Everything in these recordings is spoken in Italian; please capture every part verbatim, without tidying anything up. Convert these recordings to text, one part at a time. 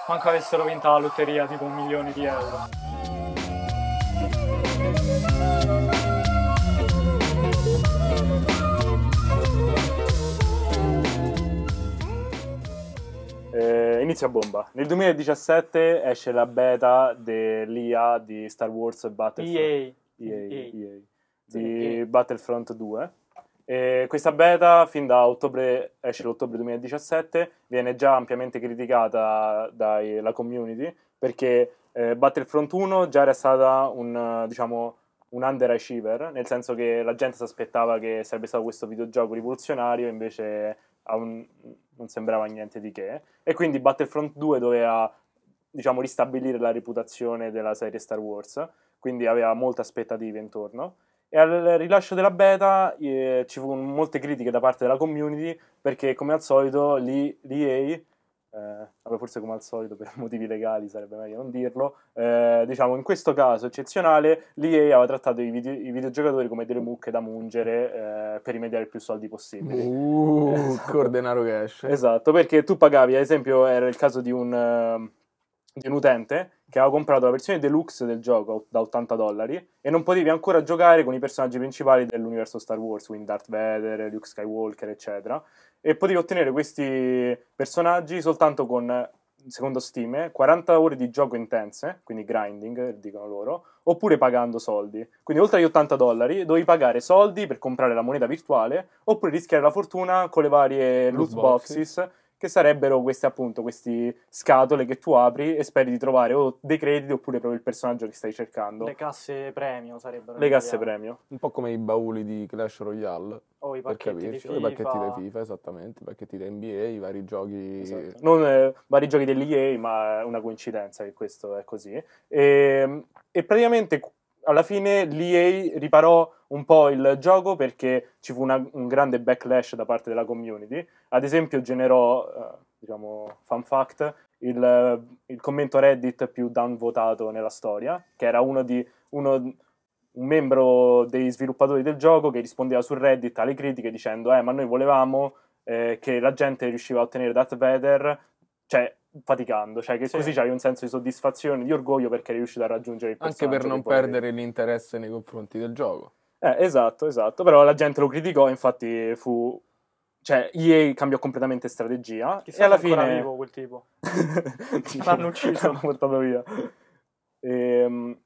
manco avessero vinto la lotteria tipo un milione di euro. Eh, inizia a bomba. Nel duemiladiciassette esce la beta dell'I A di Star Wars Battlefront E A. E A, E A. E A, Sì, di E A. Battlefront due. E questa beta fin da ottobre, esce l'ottobre duemiladiciassette, viene già ampiamente criticata dalla community perché eh, Battlefront uno già era stata un, diciamo, un underachiever, nel senso che la gente si aspettava che sarebbe stato questo videogioco rivoluzionario, invece a un- non sembrava niente di che, e quindi Battlefront due doveva, diciamo, ristabilire la reputazione della serie Star Wars, quindi aveva molte aspettative intorno. E al rilascio della beta eh, ci furono molte critiche da parte della community perché, come al solito, l'E A, eh, vabbè, forse come al solito per motivi legali sarebbe meglio non dirlo, eh, diciamo in questo caso eccezionale l'E A aveva trattato i, video- i videogiocatori come delle mucche da mungere eh, per rimediare il più soldi possibili. Uh, Esatto. Cordenaro Cash. Esatto, perché tu pagavi, ad esempio, era il caso di un, eh, di un utente che aveva comprato la versione deluxe del gioco da ottanta dollari e non potevi ancora giocare con i personaggi principali dell'universo Star Wars, quindi Darth Vader, Luke Skywalker, eccetera. E potevi ottenere questi personaggi soltanto con, secondo Steam, quaranta ore di gioco intense, quindi grinding, dicono loro, oppure pagando soldi. Quindi oltre agli ottanta dollari dovevi pagare soldi per comprare la moneta virtuale, oppure rischiare la fortuna con le varie loot, Loot boxes, boxes. che sarebbero queste appunto, questi scatole che tu apri e speri di trovare o dei crediti oppure proprio il personaggio che stai cercando. Le casse premio sarebbero. Le in casse italiano. premio. Un po' come i bauli di Clash Royale. O i Per pacchetti di capirci, o FIFA. i pacchetti di FIFA, esattamente, i pacchetti di N B A, i vari giochi. Esatto. Non eh, vari giochi dell'E A, ma è una coincidenza che questo è così. E, e praticamente alla fine l'E A riparò un po' il gioco perché ci fu una, un grande backlash da parte della community. Ad esempio generò, eh, diciamo, fun fact, il, il commento Reddit più downvotato nella storia, che era uno di uno, un membro dei sviluppatori del gioco che rispondeva su Reddit alle critiche dicendo eh ma noi volevamo eh, che la gente riusciva a ottenere Darth Vader, cioè faticando, cioè che Sì. così c'hai un senso di soddisfazione, di orgoglio perché eri riuscito a raggiungere il Anche personaggio per non che volevi. perdere l'interesse nei confronti del gioco. Eh, esatto, esatto, però la gente lo criticò, infatti fu... Cioè, E A cambiò completamente strategia Chissà e alla se è ancora fine... vivo quel tipo. Dico, L'hanno ucciso. l'hanno portato via. Ehm,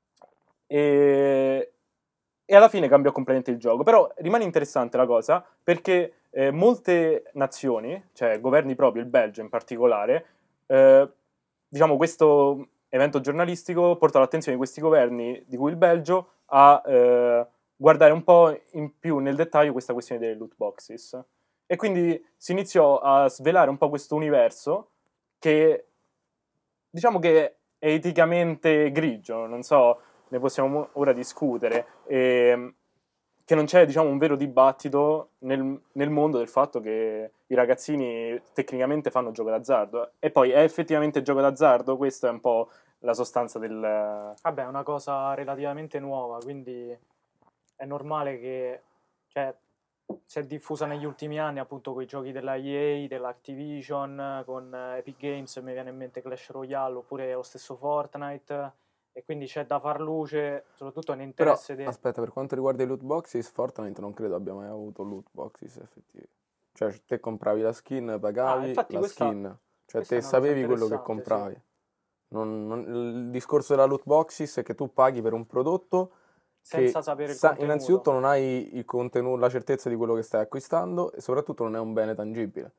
E... e alla fine cambiò completamente il gioco. Però rimane interessante la cosa perché eh, molte nazioni, cioè governi proprio, il Belgio in particolare, eh, diciamo questo evento giornalistico portò l'attenzione di questi governi, di cui il Belgio, a eh, guardare un po' in più nel dettaglio questa questione delle loot boxes. E quindi si iniziò a svelare un po' questo universo che diciamo che è eticamente grigio, non so, ne possiamo ora discutere, e che non c'è, diciamo, un vero dibattito nel, nel mondo del fatto che i ragazzini tecnicamente fanno gioco d'azzardo. E poi è effettivamente gioco d'azzardo? Questa è un po' la sostanza del... Vabbè, è una cosa relativamente nuova, quindi è normale che, cioè, si è diffusa negli ultimi anni appunto con i giochi della E A, dell'Activision, con eh, Epic Games, mi viene in mente Clash Royale oppure lo stesso Fortnite, e quindi c'è da far luce, soprattutto Però, nell'interesse dei... aspetta, per quanto riguarda i loot boxes, Fortnite non credo abbia mai avuto loot boxes effettivi. Cioè, te compravi la skin, pagavi Ah, infatti la questa- skin. Cioè, questa è te una cosa sapevi quello che interessante, compravi. Non- non- il discorso della loot boxes è che tu paghi per un prodotto senza che sapere il sa- contenuto. innanzitutto non hai il contenuto, la certezza di quello che stai acquistando e soprattutto non è un bene tangibile.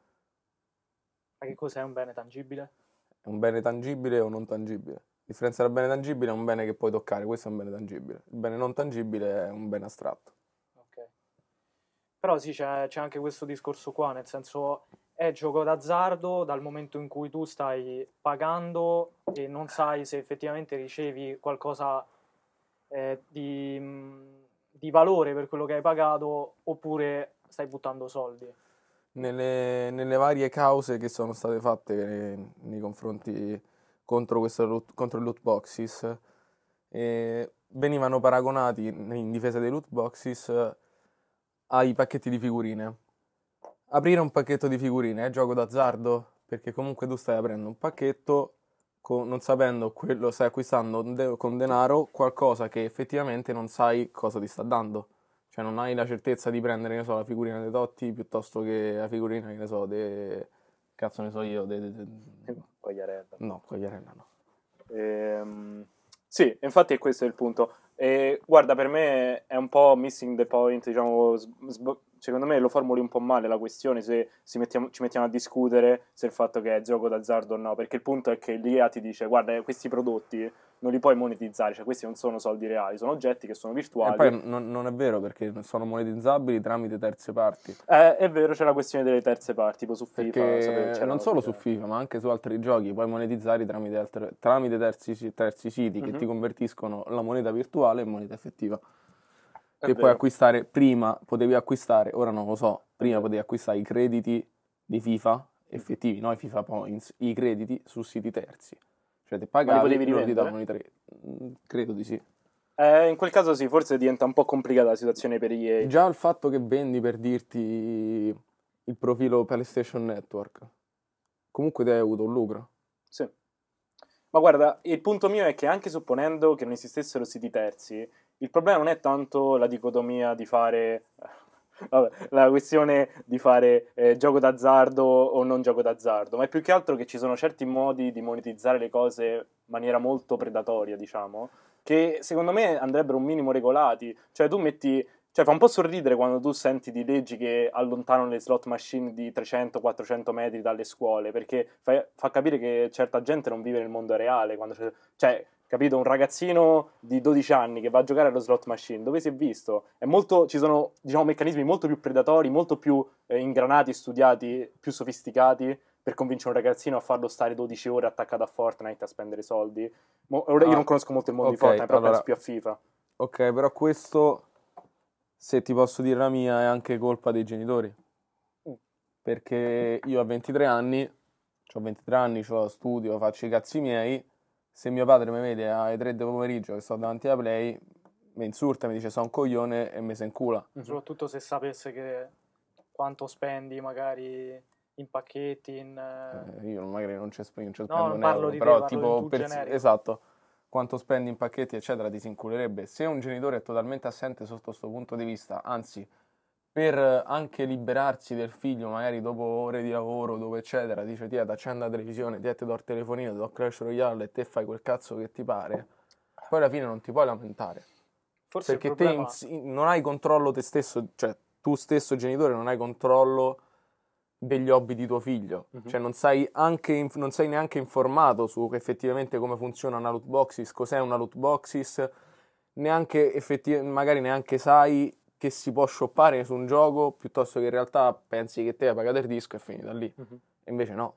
Ma che cos'è un bene tangibile? È un bene tangibile o non tangibile. La differenza tra bene tangibile è un bene che puoi toccare, questo è un bene tangibile. Il bene non tangibile è un bene astratto. Ok. Però sì, c'è, c'è anche questo discorso qua, nel senso è gioco d'azzardo dal momento in cui tu stai pagando e non sai se effettivamente ricevi qualcosa eh, di, mh, di valore per quello che hai pagato oppure stai buttando soldi. Nelle, nelle varie cause che sono state fatte nei, nei confronti contro, questo loot, contro i loot boxes, eh, venivano paragonati in difesa dei loot boxes ai pacchetti di figurine. Aprire un pacchetto di figurine è gioco d'azzardo? perché comunque tu stai aprendo un pacchetto co- non sapendo quello, stai acquistando de- con denaro qualcosa che effettivamente non sai cosa ti sta dando. Cioè non hai la certezza di prendere, che ne so, la figurina dei Totti piuttosto che la figurina, che ne so, de... cazzo ne so io, de... de- de- Quagliarella. no, Quagliarella no. Ehm, sì, infatti è questo il punto. E guarda, per me è un po' missing the point, diciamo, s- sb- secondo me lo formuli un po' male la questione se si mettiamo- ci mettiamo a discutere se il fatto che è gioco d'azzardo o no, perché il punto è che l'I A ti dice, guarda, questi prodotti non li puoi monetizzare, cioè questi non sono soldi reali, sono oggetti che sono E virtuali. poi non, non è vero perché sono monetizzabili tramite terze parti. Eh, è vero, c'è la questione delle terze parti, tipo su FIFA, sapevo che Perché c'erano non solo delle- su FIFA, ma anche su altri giochi puoi monetizzare tramite, altre- tramite terzi, terzi siti che Mhm. ti convertiscono la moneta virtuale in moneta effettiva. È Che puoi vero. acquistare prima, potevi acquistare, ora non lo so, prima vero. potevi acquistare i crediti di FIFA effettivi, no? I FIFA Points, i crediti su siti terzi. Cioè te pagavi potevi e loro ti rivendere? davano i tre. Mm, Credo di sì. Eh, in quel caso sì, forse diventa un po' complicata la situazione per E A. Già il fatto che vendi per dirti il profilo PlayStation Network, comunque te hai avuto un lucro. Sì. Ma guarda, il punto mio è che anche supponendo che non esistessero siti terzi, il problema non è tanto la dicotomia di fare... Vabbè, la questione di fare eh, gioco d'azzardo o non gioco d'azzardo, ma è più che altro che ci sono certi modi di monetizzare le cose in maniera molto predatoria, diciamo, che secondo me andrebbero un minimo regolati. Cioè tu metti... Cioè fa un po' sorridere quando tu senti di leggi che allontanano le slot machine di trecento quattrocento metri dalle scuole, perché fa, fa capire che certa gente non vive nel mondo reale. Quando c'è- cioè, capito, un ragazzino di dodici anni che va a giocare allo slot machine, dove si è visto? È molto, ci sono, diciamo, meccanismi molto più predatori, molto più eh, ingranati, studiati, più sofisticati per convincere un ragazzino a farlo stare dodici ore attaccato a Fortnite a spendere soldi. Mo- ora io Ah, non conosco molto il mondo ok, di Fortnite, però allora- penso più a FIFA. Ok, però questo, se ti posso dire la mia, è anche colpa dei genitori. Mm. Perché io ho ventitré anni, ho ventitré anni, ho studio, faccio i cazzi miei. Se mio padre mi vede alle tre del pomeriggio che sto davanti alla Play, mi insulta, mi dice sono un coglione e mi se incula. Mhm. Soprattutto se sapesse che quanto spendi magari in pacchetti, in... eh, Eh, io magari non ci sp- non ci No, spendo non un parlo euro, di te, però parlo tipo in tu per- generico. esatto, quanto spendi in pacchetti eccetera ti si inculerebbe. Se un genitore è totalmente assente sotto questo punto di vista, anzi per anche liberarsi del figlio magari dopo ore di lavoro dove eccetera, dice ti accendo la televisione, ti te do il telefonino, ti do Clash Royale e te fai quel cazzo che ti pare, poi alla fine non ti puoi lamentare. Forse il Perché te problema... ins- non hai controllo te stesso, cioè tu stesso genitore non hai controllo degli hobby di tuo figlio, Mhm. cioè non sai, anche inf- non sei neanche informato su effettivamente come funziona una loot boxes, cos'è una loot boxes, neanche effetti- magari neanche sai che si può shoppare su un gioco, piuttosto che in realtà pensi che te hai pagato il disco e è finita lì, Mhm. e invece no.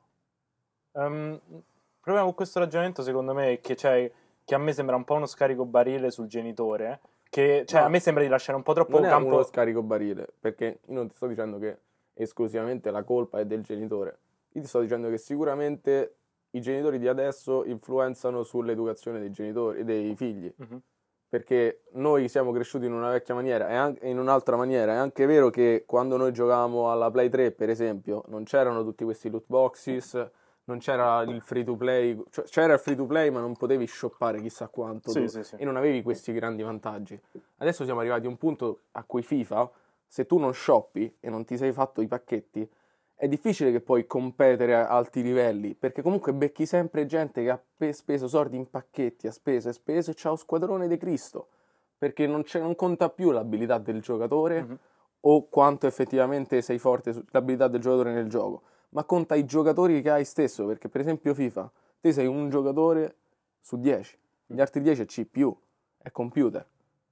Um, il problema con questo ragionamento, secondo me, è che, c'è, che a me sembra un po' uno scarico barile sul genitore. Che, cioè, No, a me sembra di lasciare un po' troppo Non è campo. uno scarico barile, perché io non ti sto dicendo che esclusivamente la colpa è del genitore, io ti sto dicendo che sicuramente i genitori di adesso influenzano sull'educazione dei genitori, dei figli. Mhm. Perché noi siamo cresciuti in una vecchia maniera e anche in un'altra maniera. È anche vero che quando noi giocavamo alla Play tre, per esempio, non c'erano tutti questi loot boxes, non c'era il free to play, cioè c'era il free to play ma non potevi shoppare chissà quanto Sì, tu, sì, sì. e non avevi questi grandi vantaggi. Adesso siamo arrivati a un punto a cui FIFA, se tu non shoppi e non ti sei fatto i pacchetti, è difficile che puoi competere a alti livelli, perché comunque becchi sempre gente che ha pe- speso soldi in pacchetti, ha speso e speso e c'ha lo squadrone di Cristo, perché non, c'è- non conta più l'abilità del giocatore Mhm. o quanto effettivamente sei forte sull'abilità del giocatore nel gioco, ma conta i giocatori che hai stesso, perché per esempio FIFA, te sei un giocatore su dieci, gli altri dieci è C P U, è computer.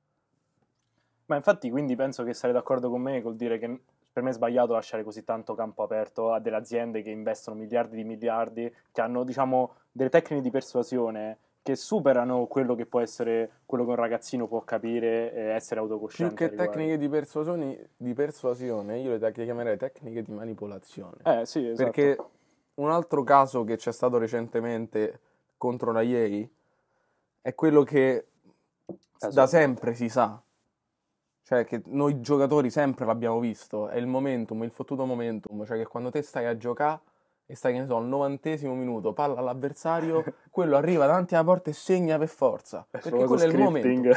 Ma infatti, quindi penso che sarei d'accordo con me col dire che per me è sbagliato lasciare così tanto campo aperto a delle aziende che investono miliardi di miliardi, che hanno, diciamo, delle tecniche di persuasione che superano quello che può essere quello che un ragazzino può capire e essere Più autocosciente che a riguardo. tecniche di persuasione, di persuasione, io le te- le chiamerei tecniche di manipolazione. Eh, sì, esatto. Perché un altro caso che c'è stato recentemente contro la E A è quello che Caso da di- sempre si sa, cioè che noi giocatori sempre l'abbiamo visto, è il momentum, il fottuto momentum, cioè che quando te stai a giocare e stai, che ne so, al novantesimo minuto, palla all'avversario, quello arriva davanti alla porta e segna per forza, perché quello è il momento.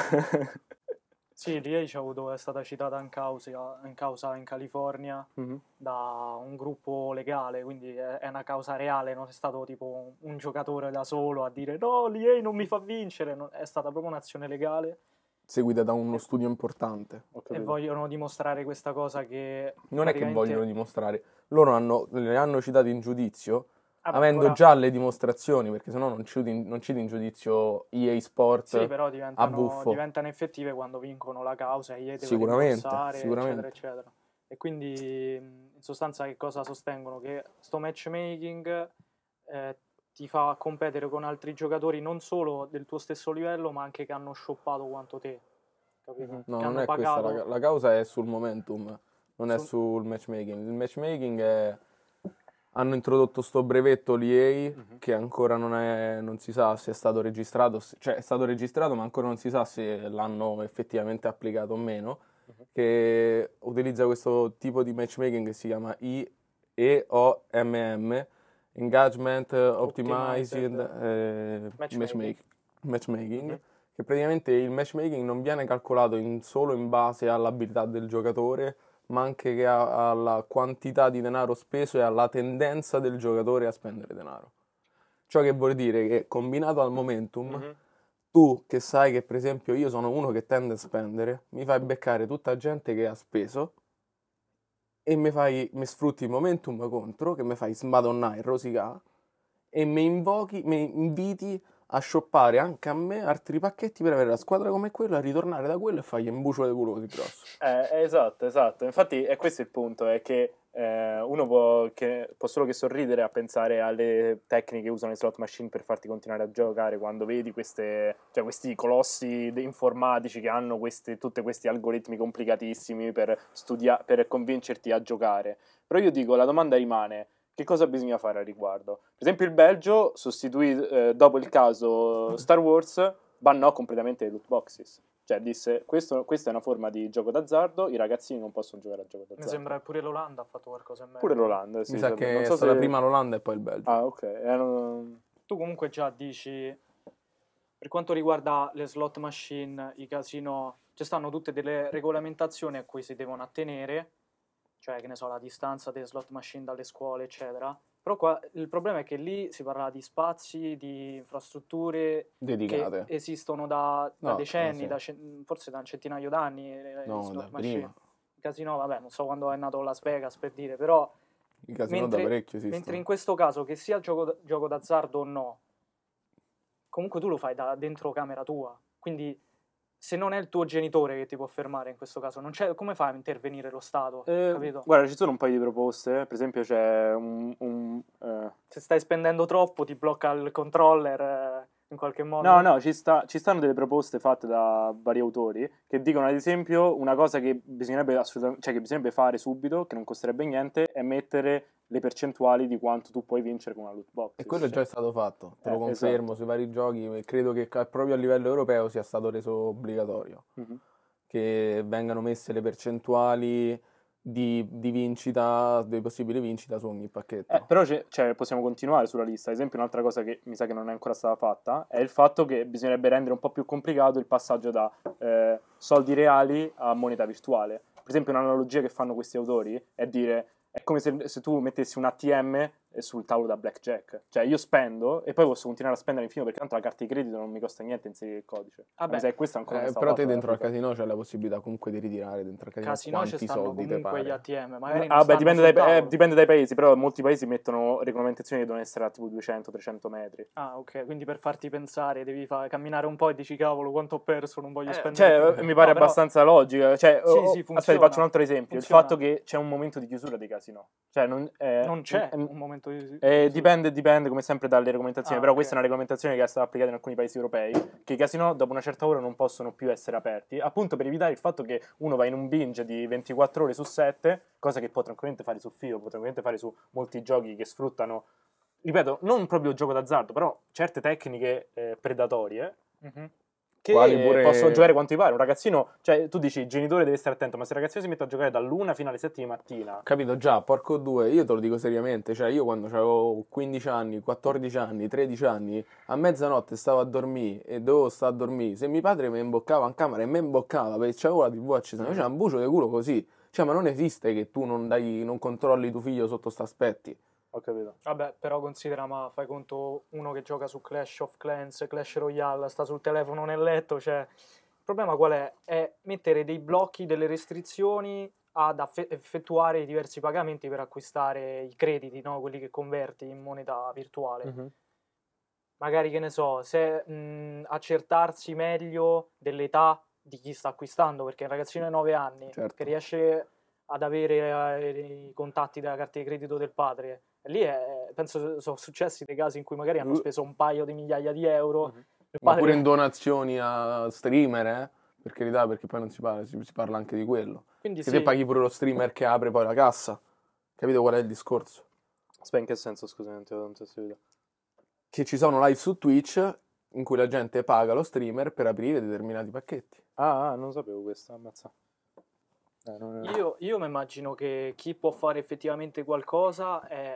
Sì, l'E A c'ha avuto, è stata citata in causa in, causa in California mm-hmm. da un gruppo legale, quindi è, è una causa reale, non è stato tipo un, un giocatore da solo a dire no, l'E A non mi fa vincere, non, è stata proprio un'azione legale. Seguita da uno studio importante. E vogliono dimostrare questa cosa che... Non praticamente... è che vogliono dimostrare, loro hanno, le hanno citate in giudizio, ah, avendo ancora... già le dimostrazioni, perché sennò non citi, non citi in giudizio E A Sports. Sì, però a diventano, buffo. diventano effettive quando vincono la causa e E A deve Sicuramente, rimborsare, sicuramente. eccetera, eccetera. E quindi, in sostanza, che cosa sostengono? Che sto matchmaking eh, ti fa competere con altri giocatori non solo del tuo stesso livello, ma anche che hanno shoppato quanto te. Capito? No, che non hanno è pagato... questa, la, la causa è sul momentum, non Sul... è sul matchmaking. Il matchmaking è... Hanno introdotto sto brevetto l'E A mm-hmm. che ancora non, è, non si sa se è stato registrato, cioè è stato registrato ma ancora non si sa se l'hanno effettivamente applicato o meno, uh-huh. che utilizza questo tipo di matchmaking che si chiama E O M M, Engagement Optimized eh, Matchmaking, matchmaking, matchmaking uh-huh. che praticamente il matchmaking non viene calcolato in, solo in base all'abilità del giocatore, ma anche che ha, alla quantità di denaro speso e alla tendenza del giocatore a spendere denaro. Ciò che vuol dire che combinato al momentum, mm-hmm. tu che sai che per esempio io sono uno che tende a spendere, mi fai beccare tutta gente che ha speso e mi fai mi sfrutti il momentum contro, che mi fai smadonnare, rosicare e mi invochi, mi inviti a shoppare anche a me altri pacchetti per avere la squadra come quella, ritornare da quello e fargli un bucio di culo così grosso. Eh, esatto, esatto. Infatti è questo il punto, è che eh, uno può, che, può solo che sorridere a pensare alle tecniche che usano le slot machine per farti continuare a giocare quando vedi queste, cioè questi colossi informatici che hanno questi, tutti questi algoritmi complicatissimi per, studia- per convincerti a giocare. Però io dico, la domanda rimane: che cosa bisogna fare al riguardo? Per esempio il Belgio sostituì, eh, dopo il caso Star Wars, bannò completamente le loot boxes. Cioè disse, questo, questa è una forma di gioco d'azzardo, i ragazzini non possono giocare a gioco d'azzardo. Mi sembra che pure l'Olanda ha fatto qualcosa in merito. Pure l'Olanda, sì. Mi sa cioè, che non è so stata se... prima l'Olanda e poi il Belgio. Ah, ok. Eh, non... Tu comunque già dici, per quanto riguarda le slot machine, i casino, ci stanno tutte delle regolamentazioni a cui si devono attenere, cioè che ne so, la distanza delle slot machine dalle scuole, eccetera. Però qua il problema è che lì si parla di spazi, di infrastrutture dedicate, che esistono da, da no, decenni, no, sì. da, forse da un centinaio d'anni. No, da prima. Il casino, vabbè, non so quando è nato Las Vegas per dire, però... Il casino mentre, da parecchio esistono. Mentre in questo caso, che sia gioco, gioco d'azzardo o no, comunque tu lo fai da dentro camera tua, quindi... Se non è il tuo genitore che ti può fermare in questo caso, non c'è, come fa a intervenire lo Stato? Eh, capito? Guarda, ci sono un paio di proposte. Per esempio c'è un... un eh... Se stai spendendo troppo ti blocca il controller eh, in qualche modo. No, no, ci, sta, ci stanno delle proposte fatte da vari autori che dicono ad esempio una cosa che bisognerebbe, assolutamente, cioè che bisognerebbe fare subito, che non costerebbe niente, è mettere le percentuali di quanto tu puoi vincere con una loot box. E quello è già stato fatto, te lo eh, confermo, esatto. Sui vari giochi, e credo che proprio a livello europeo sia stato reso obbligatorio, mm-hmm. che vengano messe le percentuali di, di vincita, delle possibili vincita su ogni pacchetto. Eh, però cioè, possiamo continuare sulla lista. Ad esempio un'altra cosa che mi sa che non è ancora stata fatta è il fatto che bisognerebbe rendere un po' più complicato il passaggio da eh, soldi reali a moneta virtuale. Per esempio un'analogia che fanno questi autori è dire: è come se, se tu mettessi un A T M sul tavolo da blackjack. Cioè io spendo e poi posso continuare a spendere infinito perché tanto la carta di credito non mi costa niente inserire il codice. Vabbè, se questo ancora eh, però te dentro al casino c'è la possibilità comunque di ritirare dentro al casino, casino quanti ci stanno soldi te comunque pare. gli A T M. Magari ah, beh, dipende dai, eh, dipende dai paesi, però molti paesi mettono regolamentazioni che devono essere a tipo duecento trecento metri. Ah, ok, quindi per farti pensare devi fa- camminare un po' e dici cavolo quanto ho perso, non voglio eh, spendere. Cioè, mi pare no, abbastanza però... logica. Cioè, sì, oh, sì, aspetta, faccio un altro esempio. Funziona. Il fatto che c'è un momento di chiusura dei casino. Cioè, non, eh, non c'è eh, un momento di eh, dipende, dipende come sempre dalle regolamentazioni, ah, però okay. questa è una regolamentazione che è stata applicata in alcuni paesi europei, che i casino dopo una certa ora non possono più essere aperti, appunto per evitare il fatto che uno va in un binge di ventiquattro ore su sette, cosa che può tranquillamente fare su Fido, può tranquillamente fare su molti giochi che sfruttano, ripeto, non proprio il gioco d'azzardo, però certe tecniche eh, predatorie, mm-hmm. che quali pure... possono giocare quanto ti pare. Un ragazzino, cioè tu dici il genitore deve stare attento, ma se il ragazzino si mette a giocare dall'una fino alle sette di mattina, Capito già, porco due, io te lo dico seriamente, cioè io quando avevo quindici anni, quattordici anni, tredici anni, a mezzanotte stavo a dormire e dovevo stare a dormire, se mio padre mi imboccava in camera e mi imboccava perché c'avevo la tivù accesa, mi faceva un bucio di culo così, cioè ma non esiste che tu non dai, non controlli tuo figlio sotto sti aspetti. ho capito. Vabbè, però considera, ma fai conto uno che gioca su Clash of Clans, Clash Royale, sta sul telefono nel letto, cioè... Il problema qual è? È mettere dei blocchi, delle restrizioni ad affe- effettuare i diversi pagamenti per acquistare i crediti, no? Quelli che converti in moneta virtuale. Mm-hmm. Magari, che ne so, se mh, accertarsi meglio dell'età di chi sta acquistando, perché un ragazzino di nove anni Certo. che riesce ad avere eh, i contatti della carta di credito del padre, lì è, penso sono successi dei casi in cui magari hanno speso un paio di migliaia di euro. Mm-hmm. Il Ma padre- pure in donazioni a streamer, eh? Per carità, perché poi non si parla, si, si parla anche di quello. Quindi Che sì. te paghi pure lo streamer che apre poi la cassa. Capito qual è il discorso? Aspetta, in che senso, scusa, non ti ho non ti ho seguito. Che ci sono live su Twitch in cui la gente paga lo streamer per aprire determinati pacchetti. Ah, ah, non sapevo questo, ammazza. Eh, non è... Io, io mi immagino che chi può fare effettivamente qualcosa è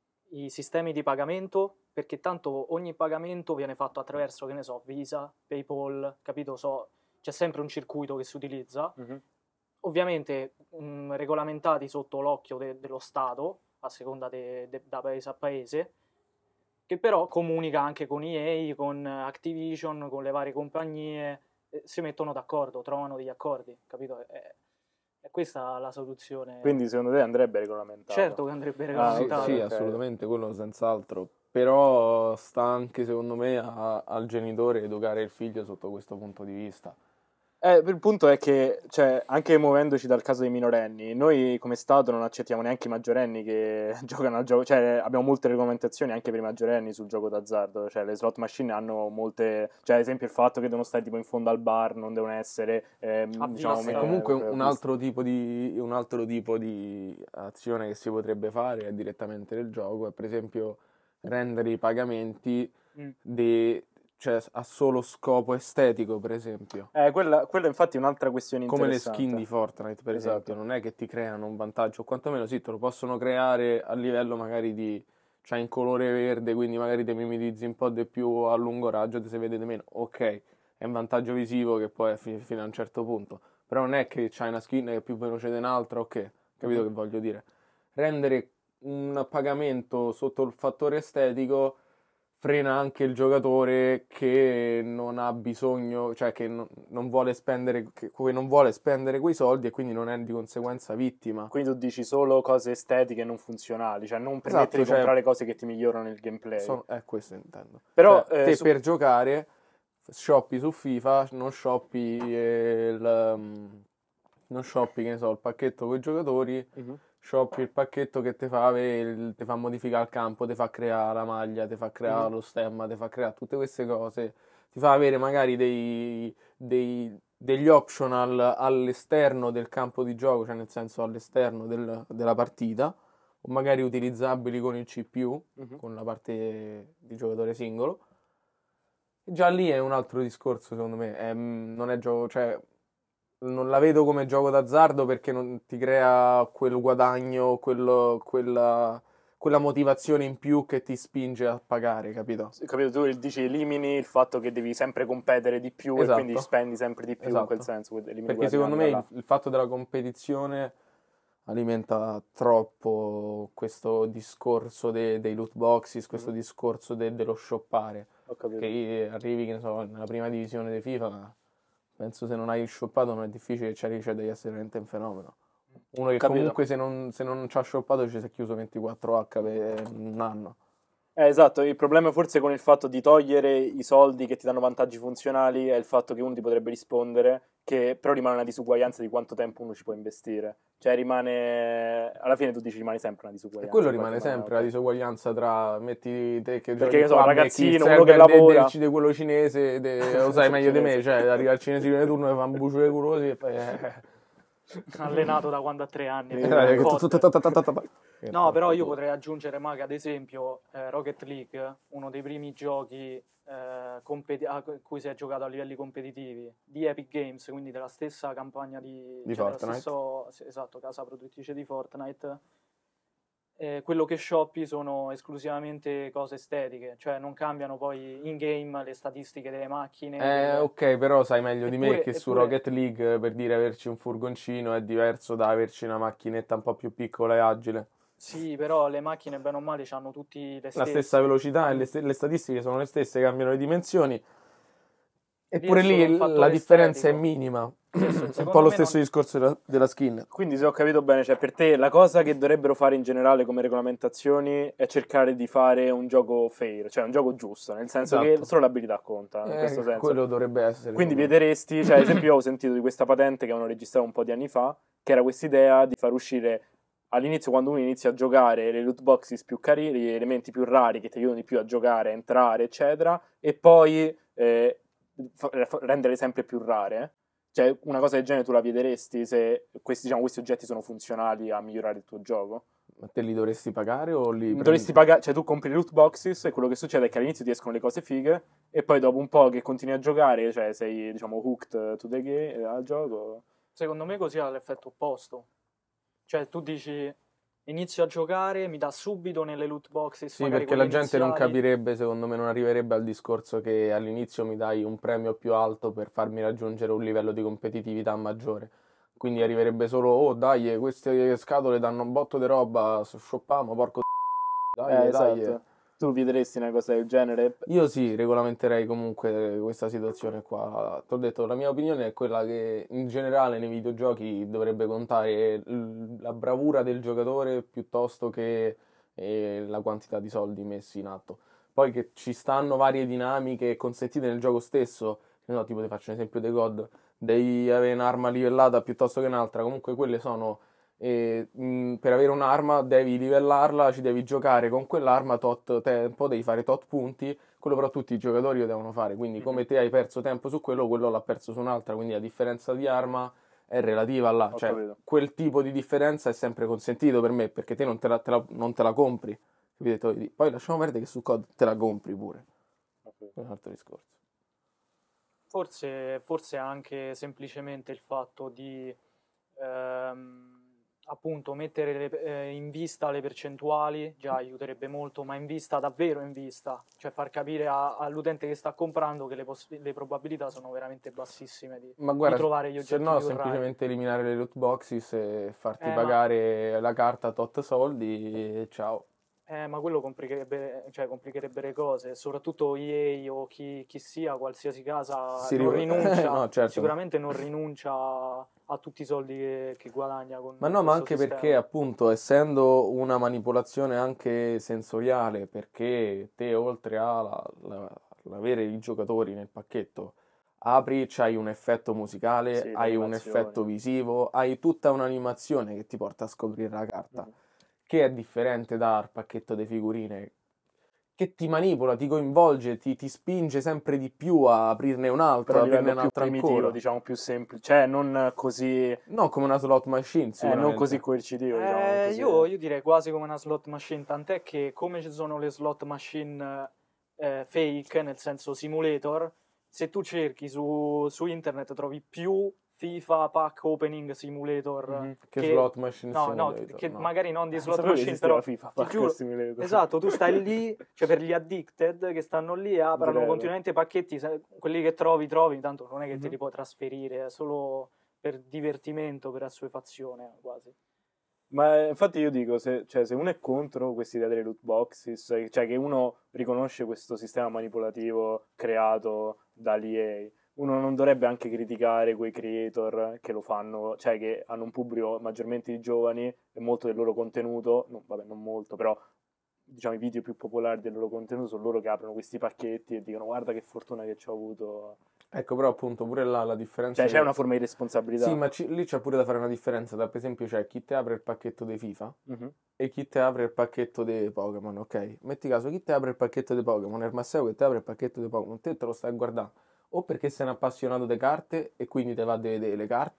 i sistemi di pagamento, perché tanto ogni pagamento viene fatto attraverso, che ne so, Visa, PayPal, capito? So, c'è sempre un circuito che si utilizza, Mm-hmm. ovviamente mh, regolamentati sotto l'occhio de- dello Stato, a seconda de- de- da paese a paese, che però comunica anche con E A, con Activision, con le varie compagnie, eh, si mettono d'accordo, trovano degli accordi, capito? È, è questa la soluzione. Quindi secondo te andrebbe regolamentato? Certo che andrebbe Ah, regolamentato. Sì, ok. assolutamente, quello senz'altro. Però sta anche, secondo me, a- al genitore educare il figlio sotto questo punto di vista. Eh, il punto è che, cioè, anche muovendoci dal caso dei minorenni, noi come Stato non accettiamo neanche i maggiorenni che giocano al gioco, cioè abbiamo molte regolamentazioni anche per i maggiorenni sul gioco d'azzardo, cioè le slot machine hanno molte, cioè ad esempio il fatto che devono stare tipo in fondo al bar, non devono essere, ehm, A diciamo, vista. E meno- comunque eh, un altro tipo di, un altro tipo di azione che si potrebbe fare è direttamente nel gioco, è per esempio rendere i pagamenti Mm. de- cioè, a solo scopo estetico, per esempio. Eh, quella, quella infatti è un'altra questione Come le interessante. skin di Fortnite, per Esatto. esempio, non è che ti creano un vantaggio, o quantomeno sì, te lo possono creare a livello magari di, cioè in colore verde, quindi magari ti mimetizzi un po' di più a lungo raggio, ti si vede di meno. Ok, è un vantaggio visivo che poi è fi- fino a un certo punto, però non è che c'hai una skin che è più veloce di un'altra, ok, capito Mhm. che voglio dire? Rendere un pagamento sotto il fattore estetico frena anche il giocatore che non ha bisogno, cioè che non, non vuole spendere, che, che non vuole spendere quei soldi e quindi non è di conseguenza vittima. Quindi tu dici solo cose estetiche non funzionali, cioè non permettere Esatto, di cioè- comprare cose che ti migliorano il gameplay. Sono- è questo intendo. Però, Cioè, eh, te su- per giocare shoppi su FIFA, non shoppi eh, il, um, non shoppi, che ne so, il pacchetto con i giocatori, Mhm. shoppi il pacchetto che ti fa, avere il- ti fa modificare il campo, ti fa creare la maglia, ti fa creare Mhm. lo stemma, ti fa creare tutte queste cose, ti fa avere magari dei, dei- degli optional all'esterno del campo di gioco, cioè nel senso all'esterno del- della partita, o magari utilizzabili con il C P U, Mhm. con la parte di giocatore singolo. E già lì è un altro discorso, secondo me. È- non è gioco, cioè, non la vedo come gioco d'azzardo perché non ti crea quel guadagno, quello- quella, quella motivazione in più che ti spinge a pagare, capito? Capito? Tu dici elimini il fatto che devi sempre competere di più Esatto. e quindi spendi sempre di più in quel Esatto. senso. elimini Perché quella secondo me dinamica il, il fatto della competizione alimenta troppo questo discorso de- dei loot boxes, questo Mhm. discorso de- dello shoppare. là. Ho capito. Che arrivi, che ne so, nella prima divisione di FIFA, penso se non hai shoppato non è difficile che ci arrivi, cioè devi essere veramente un fenomeno. Uno che Capito. comunque se non, se non ci ha shoppato ci si è chiuso ventiquattro acca per un anno. Eh, esatto, il problema forse con il fatto di togliere i soldi che ti danno vantaggi funzionali è il fatto che uno ti potrebbe rispondere che però rimane una disuguaglianza di quanto tempo uno ci può investire. Cioè rimane, alla fine tu dici rimane sempre una E disuguaglianza. quello in rimane qualche sempre la maniera, ok. disuguaglianza tra, metti te che Perché, giochi che so, qua, un becchi ragazzino, il uno server che lavora. de- de- de quello cinese, de- lo sai meglio di me, cioè arriva il cinese di turno e fa un bucio di culosi e poi... eh. allenato da quando ha tre anni. Eh, per eh, il COD. Eh, No, però io potrei aggiungere magari ad esempio eh, Rocket League, uno dei primi giochi eh, competi- a cui si è giocato a livelli competitivi di Epic Games, quindi della stessa campagna di, Di cioè della Fortnite. stesso- sì, esatto, casa produttrice di Fortnite. Eh, quello che shoppi sono esclusivamente cose estetiche, cioè non cambiano poi in game le statistiche delle macchine. Eh, delle- ok, però sai meglio di me Eppure- che su eppure- Rocket League, per dire averci un furgoncino è diverso da averci una macchinetta un po' più piccola e agile. Sì, però le macchine bene o male hanno tutti le La stesse. stessa velocità e le, st- le statistiche sono le stesse, cambiano le dimensioni. Eppure è lì solo un l- fattore la differenza è estetico. minima. Sì, È sì, un secondo po' lo me stesso non- discorso della, della skin. Quindi se ho capito bene, cioè per te la cosa che dovrebbero fare in generale come regolamentazioni è cercare di fare un gioco fair, cioè un gioco giusto, nel senso Esatto. che solo l'abilità conta, in Eh, questo senso. quello dovrebbe essere. Quindi secondo me. viederesti, cioè ad esempio io ho sentito di questa patente che avevano registrato un po' di anni fa, che era questa idea di far uscire all'inizio, quando uno inizia a giocare, le loot boxes più carini, gli elementi più rari che ti aiutano di più a giocare, a entrare, eccetera, e poi eh, fa- fa- renderle sempre più rare. Cioè, una cosa del genere tu la viederesti se questi, diciamo, questi oggetti sono funzionali a migliorare il tuo gioco? Ma te li dovresti pagare o li prendi? Dovresti pagare, cioè tu compri le loot boxes e quello che succede è che all'inizio ti escono le cose fighe e poi dopo un po' che continui a giocare, cioè sei, diciamo, hooked to the game, al gioco. Secondo me così ha l'effetto opposto. Cioè tu dici inizio a giocare, mi dà subito nelle loot boxes. Sì, magari perché la quelle gente non iniziali. capirebbe, secondo me non arriverebbe al discorso che all'inizio mi dai un premio più alto per farmi raggiungere un livello di competitività maggiore. Quindi arriverebbe solo, oh dai, queste scatole danno un botto di roba, shoppiamo, porco dai, Eh, dai. esatto. Tu vivresti una cosa del genere? Io sì, regolamenterei comunque questa situazione qua. Ti ho detto, la mia opinione è quella che in generale nei videogiochi dovrebbe contare l- la bravura del giocatore piuttosto che eh, la quantità di soldi messi in atto. Poi che ci stanno varie dinamiche consentite nel gioco stesso, no, tipo ti faccio un esempio dei C O D, devi avere un'arma livellata piuttosto che un'altra, comunque quelle sono e mh, per avere un'arma devi livellarla, ci devi giocare con quell'arma tot tempo, devi fare tot punti, quello però tutti i giocatori lo devono fare, quindi come te hai perso tempo su quello, quello l'ha perso su un'altra, quindi la differenza di arma è relativa là, Ho cioè capito. quel tipo di differenza è sempre consentito per me, perché te non te la, te la- non te la compri, capito? Poi lasciamo perdere che su C O D te la compri pure, è un altro discorso. Forse, forse anche semplicemente il fatto di ehm, appunto mettere le- eh, in vista le percentuali già aiuterebbe molto, ma in vista, davvero in vista, cioè far capire a- all'utente che sta comprando che le, poss- le probabilità sono veramente bassissime di, Ma di guarda, trovare gli se oggetti no più rari. semplicemente eliminare le loot boxes e farti Eh, ma- pagare la carta tot soldi e ciao. Eh, ma quello complicherebbe, cioè, complicherebbe le cose, soprattutto E A o chi, chi sia, qualsiasi casa Si non riv- rinuncia, no, certo. sicuramente non rinuncia a, a tutti i soldi che, che guadagna con Ma no, ma questo anche sistema. perché appunto essendo una manipolazione anche sensoriale, perché te oltre all'avere i giocatori nel pacchetto, apri, c'hai un effetto musicale, Sì, hai un l'animazione. effetto visivo, hai tutta un'animazione che ti porta a scoprire la carta, Mhm. che è differente dal pacchetto di figurine, che ti manipola, ti coinvolge, ti, ti spinge sempre di più a aprirne un'altra, Però a aprirne livello più un'altra primitivo, ancora. diciamo più semplice, cioè non così, eh, Non come una slot machine, sicuramente. non così coercitivo, diciamo, Eh, così. io, io direi quasi come una slot machine, tant'è che come ci sono le slot machine eh, fake, nel senso simulator, se tu cerchi su, su internet trovi più FIFA Pack Opening Simulator Mhm. Che slot machine no, no, simulator, che no. magari non di Non slot sapevo che machine, esisteva però FIFA ti Pack giuro, Simulator. esatto, tu stai lì, cioè per gli addicted che stanno lì e aprono Vero. continuamente pacchetti, sai, quelli che trovi, trovi, tanto non è che te Mhm. li puoi trasferire, è solo per divertimento, per assuefazione quasi. Ma eh, infatti io dico, se, cioè, se uno è contro questa idea delle loot boxes, eh, cioè che uno riconosce questo sistema manipolativo creato dall'E A, uno non dovrebbe anche criticare quei creator che lo fanno, cioè che hanno un pubblico maggiormente di giovani e molto del loro contenuto, no, vabbè non molto, però diciamo i video più popolari del loro contenuto sono loro che aprono questi pacchetti e dicono guarda che fortuna che ci ho avuto. Ecco, però appunto pure là la differenza Cioè è c'è che- una forma di responsabilità. Sì, ma ci- lì c'è pure da fare una differenza. Da, per esempio c'è chi ti apre il pacchetto dei FIFA Mhm. e chi ti apre il pacchetto dei Pokémon, ok? Metti caso, chi ti apre il pacchetto dei Pokémon è il Masseo che ti apre il pacchetto dei Pokémon, te te lo stai guardando o perché sei un appassionato di carte e quindi te va a vedere le carte,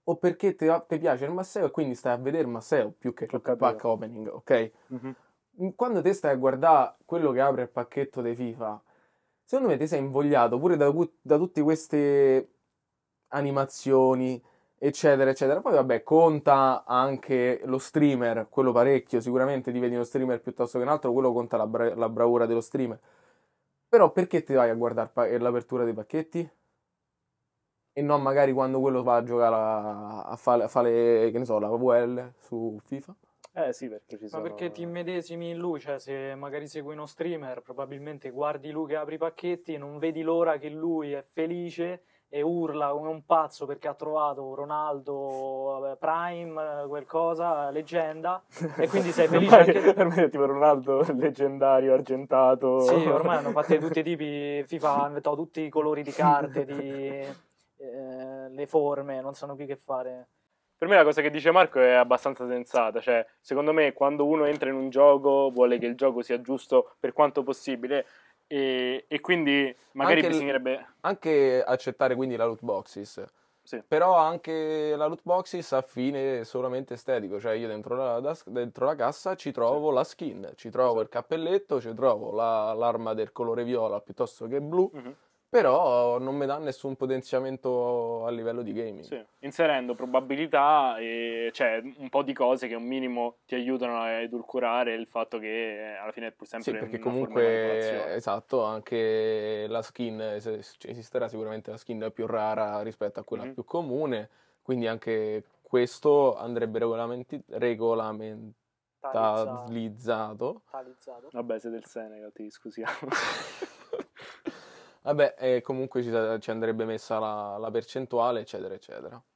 o perché ti piace il Masseo e quindi stai a vedere il Masseo più che Ho il capito. pack opening, ok? Mhm. Quando te stai a guardare quello che apre il pacchetto dei FIFA, secondo me ti sei invogliato pure da, da tutte queste animazioni, eccetera, eccetera. Poi vabbè, conta anche lo streamer, quello parecchio, sicuramente ti vedi uno streamer piuttosto che un altro, quello conta la, bra- la bravura dello streamer. Però perché ti vai a guardare pa- l'apertura dei pacchetti? E non magari quando quello va a giocare a, a fare, a fare, che ne so, la V L su FIFA? Eh sì, perché ci Ma sono... perché ti immedesimi in lui, cioè se magari segui uno streamer, probabilmente guardi lui che apre i pacchetti e non vedi l'ora che lui è felice e urla come un pazzo perché ha trovato Ronaldo vabbè, Prime, qualcosa, leggenda, e quindi sei felice Ormai- anche tu. Per me è tipo Ronaldo leggendario, argentato. Sì, ormai hanno fatto tutti i tipi, FIFA ha inventato tutti i colori di carte, di, eh, le forme, non sanno più che fare. Per me la cosa che dice Marco è abbastanza sensata, cioè secondo me quando uno entra in un gioco vuole che il gioco sia giusto per quanto possibile e, e quindi magari Anche il- bisognerebbe... Anche accettare quindi la loot boxes. Sì. Però anche la loot boxes ha fine solamente estetico, cioè io dentro la, das- dentro la cassa ci trovo la skin, ci trovo il cappelletto, ci trovo la- l'arma del colore viola piuttosto che blu, Mhm. però non mi dà nessun potenziamento a livello di gaming. Sì, inserendo probabilità e cioè un po' di cose che un minimo ti aiutano a edulcorare il fatto che alla fine è pur sempre Sì, perché una forma di comunque, manipolazione. esatto, anche la skin, es- esisterà sicuramente la skin più rara rispetto a quella Mhm. più comune, quindi anche questo andrebbe regolamenti- regolamentalizzato. Talizzato. Vabbè, sei del Senegal, ti scusiamo. Vabbè, e comunque ci, ci andrebbe messa la, la percentuale, eccetera, eccetera.